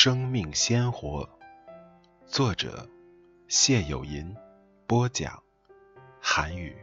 生命鲜活。作者谢有银，播讲韩语。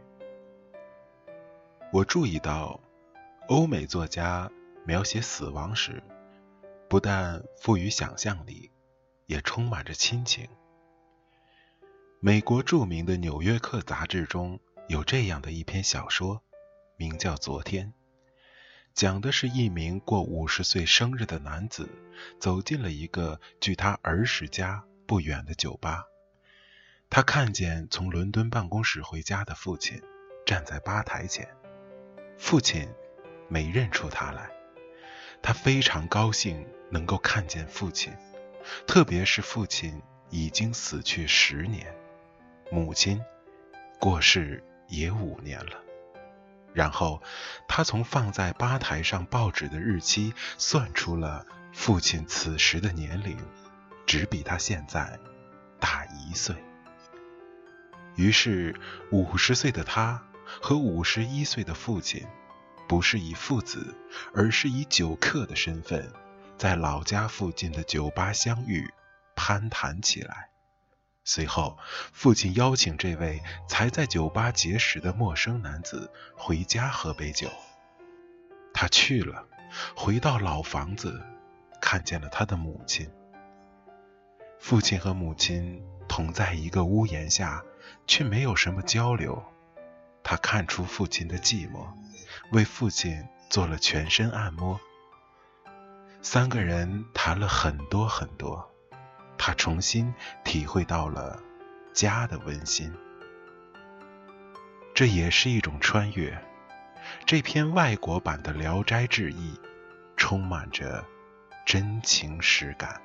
我注意到，欧美作家描写死亡时，不但富于想象力，也充满着亲情。美国著名的《纽约客》杂志中有这样的一篇小说，名叫《昨天》，讲的是一名过50岁生日的男子走进了一个距他儿时家不远的酒吧。他看见从伦敦办公室回家的父亲站在吧台前，父亲没认出他来。他非常高兴能够看见父亲，特别是父亲已经死去10年，母亲过世也5年了。然后他从放在吧台上报纸的日期算出了父亲此时的年龄，只比他现在大1岁。于是50岁的他和51岁的父亲，不是以父子，而是以酒客的身份，在老家附近的酒吧相遇，攀谈起来。随后父亲邀请这位才在酒吧结识的陌生男子回家喝杯酒。他去了，回到老房子，看见了他的母亲。父亲和母亲同在一个屋檐下，却没有什么交流。他看出父亲的寂寞，为父亲做了全身按摩。3个人谈了很多很多，他重新体会到了家的温馨。这也是一种穿越。这篇外国版的《聊斋志异》充满着真情实感。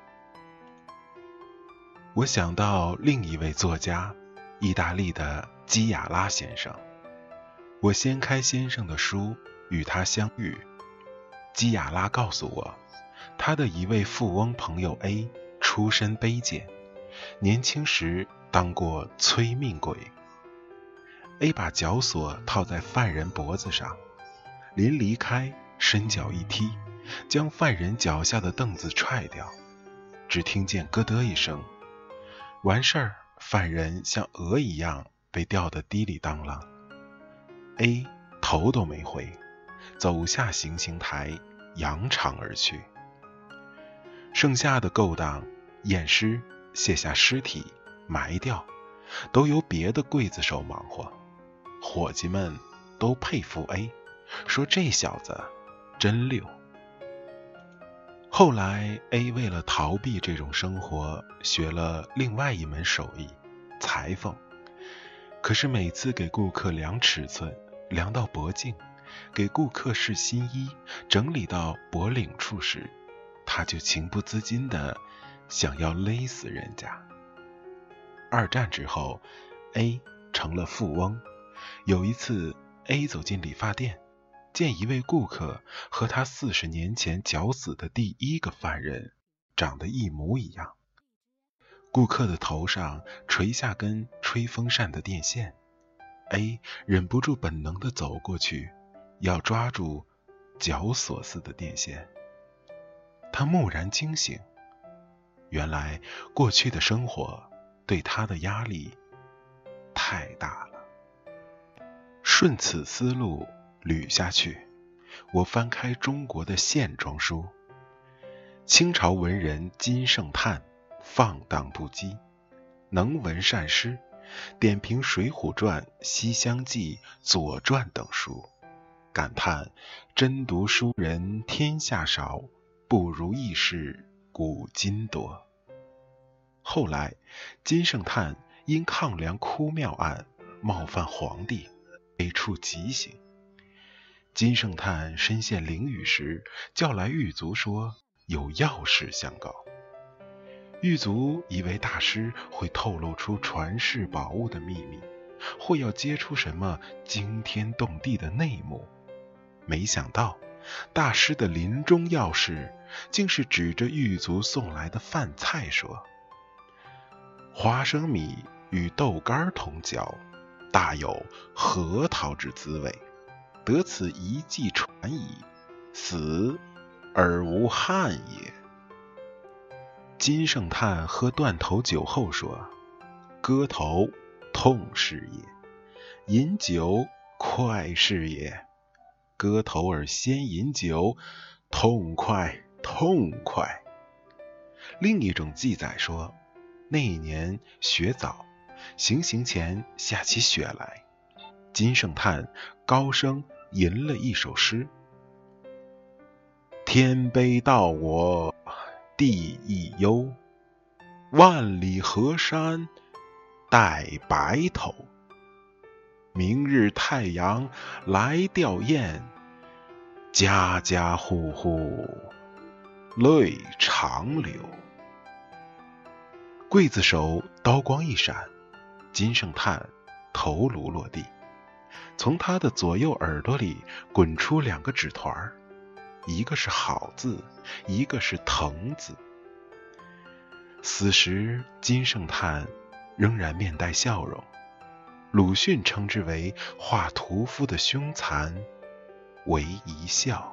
我想到另一位作家，意大利的基亚拉先生。我掀开先生的书，与他相遇。基亚拉告诉我，他的一位富翁朋友 A 出身卑贱，年轻时当过催命鬼。A 把绞索套在犯人脖子上，临离开伸脚一踢，将犯人脚下的凳子踹掉，只听见咯噔一声。完事儿，犯人像鹅一样被吊得滴里当啷。A 头都没回，走下行刑台，扬长而去。剩下的勾当，验尸、卸下尸体、埋掉，都由别的刽子手忙活。伙计们都佩服 A， 说这小子真溜。后来 A 为了逃避这种生活，学了另外一门手艺，裁缝。可是每次给顾客量尺寸，量到脖颈，给顾客试新衣，整理到脖领处时，他就情不自禁地想要勒死人家。2战之后 A 成了富翁。有一次 A 走进理发店，见一位顾客和他40年前绞死的第1个犯人长得一模一样。顾客的头上垂下根吹风扇的电线， A 忍不住本能地走过去，要抓住绞索似的电线。他蓦然惊醒，原来过去的生活对他的压力太大了。顺此思路捋下去，我翻开中国的线装书。清朝文人金圣叹放荡不羁，能文善诗，点评《水浒传》《西厢记》《左传》等书，感叹真读书人天下少，不如意事古今多。后来金圣叹因抗粮哭庙案冒犯皇帝，被处极刑。金圣叹身陷囹圄时，叫来狱卒说有要事相告。狱卒以为大师会透露出传世宝物的秘密，或要揭出什么惊天动地的内幕，没想到大师的临终要事竟是指着狱卒送来的饭菜说：花生米与豆干同嚼，大有核桃之滋味，得此一计传矣，死而无憾也。 金圣叹喝断头酒后说：割头痛是也，饮酒快是也。割头而先饮酒，痛快痛快。另一种记载说，那一年雪早，行刑前下起雪来，金圣叹高声吟了一首诗：天悲悼我，地亦忧，万里河山待白头。明日太阳来吊唁，家家户户泪长流。刽子手刀光一闪，金圣叹头颅落地，从他的左右耳朵里滚出2个纸团，一个是好字，一个是疼字。此时金圣叹仍然面带笑容，鲁迅称之为画屠夫的凶残为一笑。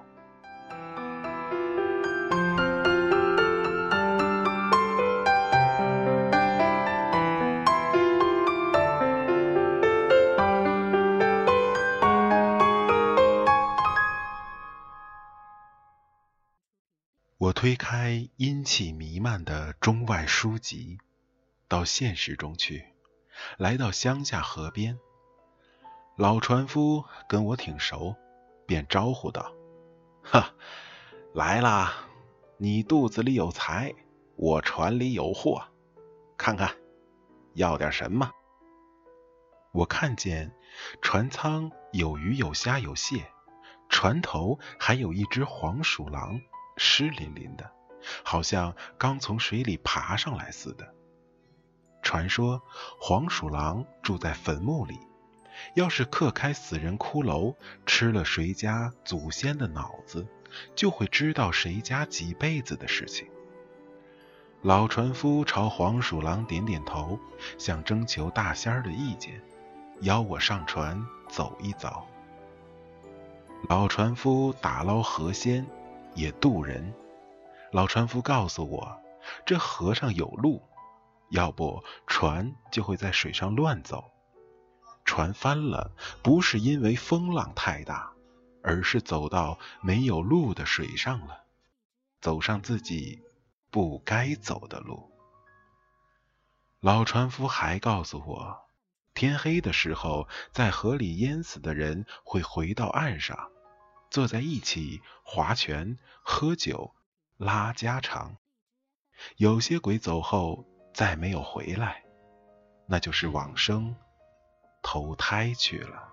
我推开阴气弥漫的中外书籍，到现实中去，来到乡下河边。老船夫跟我挺熟，便招呼道：哈，来啦，你肚子里有财，我船里有货，看看要点什么。我看见船舱有鱼有虾有蟹，船头还有一只黄鼠狼，湿淋淋的，好像刚从水里爬上来似的。传说黄鼠狼住在坟墓里，要是刻开死人骷髅，吃了谁家祖先的脑子，就会知道谁家几辈子的事情。老船夫朝黄鼠狼点点头，想征求大仙儿的意见，邀我上船走一遭。老船夫打捞河鲜，也渡人。老船夫告诉我，这河上有路，要不船就会在水上乱走。船翻了，不是因为风浪太大，而是走到没有路的水上了，走上自己不该走的路。老船夫还告诉我，天黑的时候，在河里淹死的人会回到岸上，坐在一起划拳、喝酒、拉家常。有些鬼走后再没有回来，那就是往生投胎去了。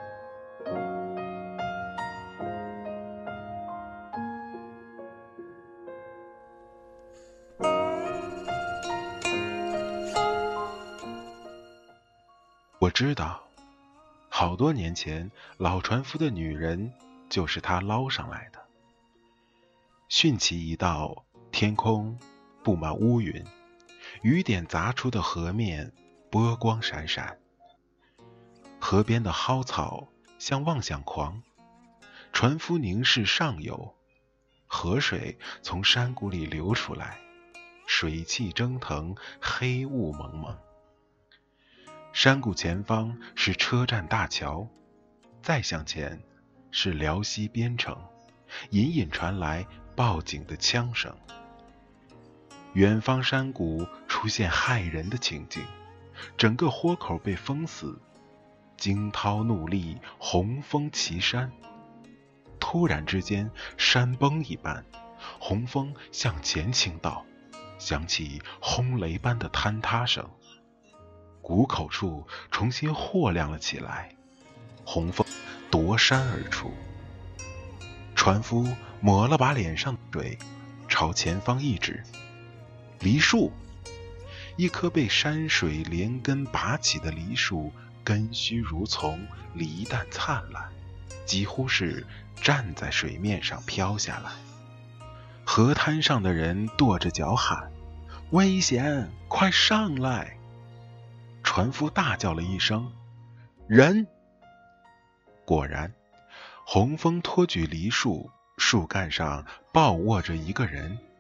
我知道，好多年前老船夫的女人就是他捞上来的。汛期一到，天空布满乌云，雨点砸出的河面波光闪闪。河边的蒿草像妄想狂，船夫凝视上游，河水从山谷里流出来，水汽蒸腾，黑雾蒙蒙。山谷前方是车站大桥，再向前是辽西边城，隐隐传来报警的枪声。远方山谷出现骇人的情景，整个豁口被封死，惊涛怒立，洪峰齐山。突然之间，山崩一般，洪峰向前倾倒，响起轰雷般的坍塌声。谷口处重新豁亮了起来，洪峰夺山而出。船夫抹了把脸上的水，朝前方一指，梨树。一棵被山水连根拔起的梨树，根须如丛，梨弹灿烂，几乎是站在水面上飘下来。河滩上的人跺着脚喊：危险，快上来！船夫大叫了一声：人！果然，洪峰托举梨树，树干上抱卧着一个人，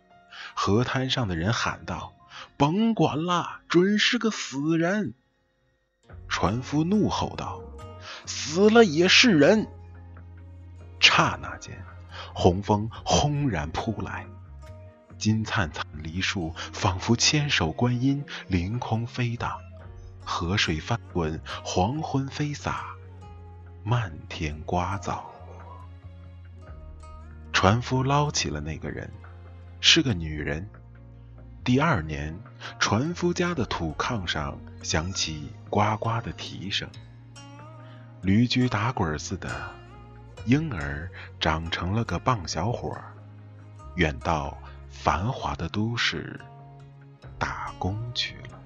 河滩上的人喊道：甭管了，准是个死人。船夫怒吼道：死了也是人。刹那间，洪风轰然扑来，金灿灿梨树仿佛千手观音，凌空飞荡，河水翻滚，黄昏飞洒，漫天刮噪。船夫捞起了那个人，是个女人。第二年，船夫家的土炕上响起呱呱的啼声，驴驹打滚似的，婴儿长成了个棒小伙，远到繁华的都市打工去了。